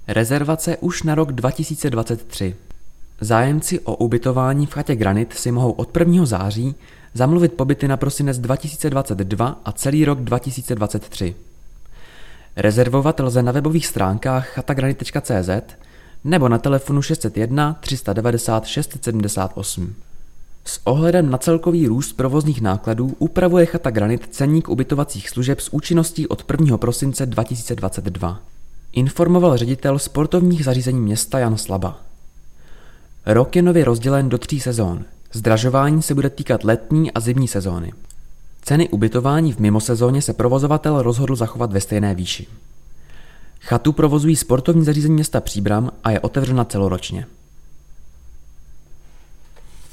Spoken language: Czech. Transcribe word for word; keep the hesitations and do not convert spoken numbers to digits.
Rezervace už na rok dva tisíce dvacet tři. Zájemci o ubytování v chatě Granit si mohou od prvního září zamluvit pobyty na prosinec dva tisíce dvacet dva a celý rok dva tisíce dvacet tři. Rezervovat lze na webových stránkách chatagranit tečka cé zet nebo na telefonu šest set jedna tři sta devadesát šest set sedmdesát osm. S ohledem na celkový růst provozních nákladů upravuje Chata Granit ceník ubytovacích služeb s účinností od prvního prosince dva tisíce dvacet dva. Informoval ředitel sportovních zařízení města Jan Slaba. Rok je nově rozdělen do tří sezón. Zdražování se bude týkat letní a zimní sezóny. Ceny ubytování v mimosezóně se provozovatel rozhodl zachovat ve stejné výši. Chatu provozují sportovní zařízení města Příbram a je otevřena celoročně.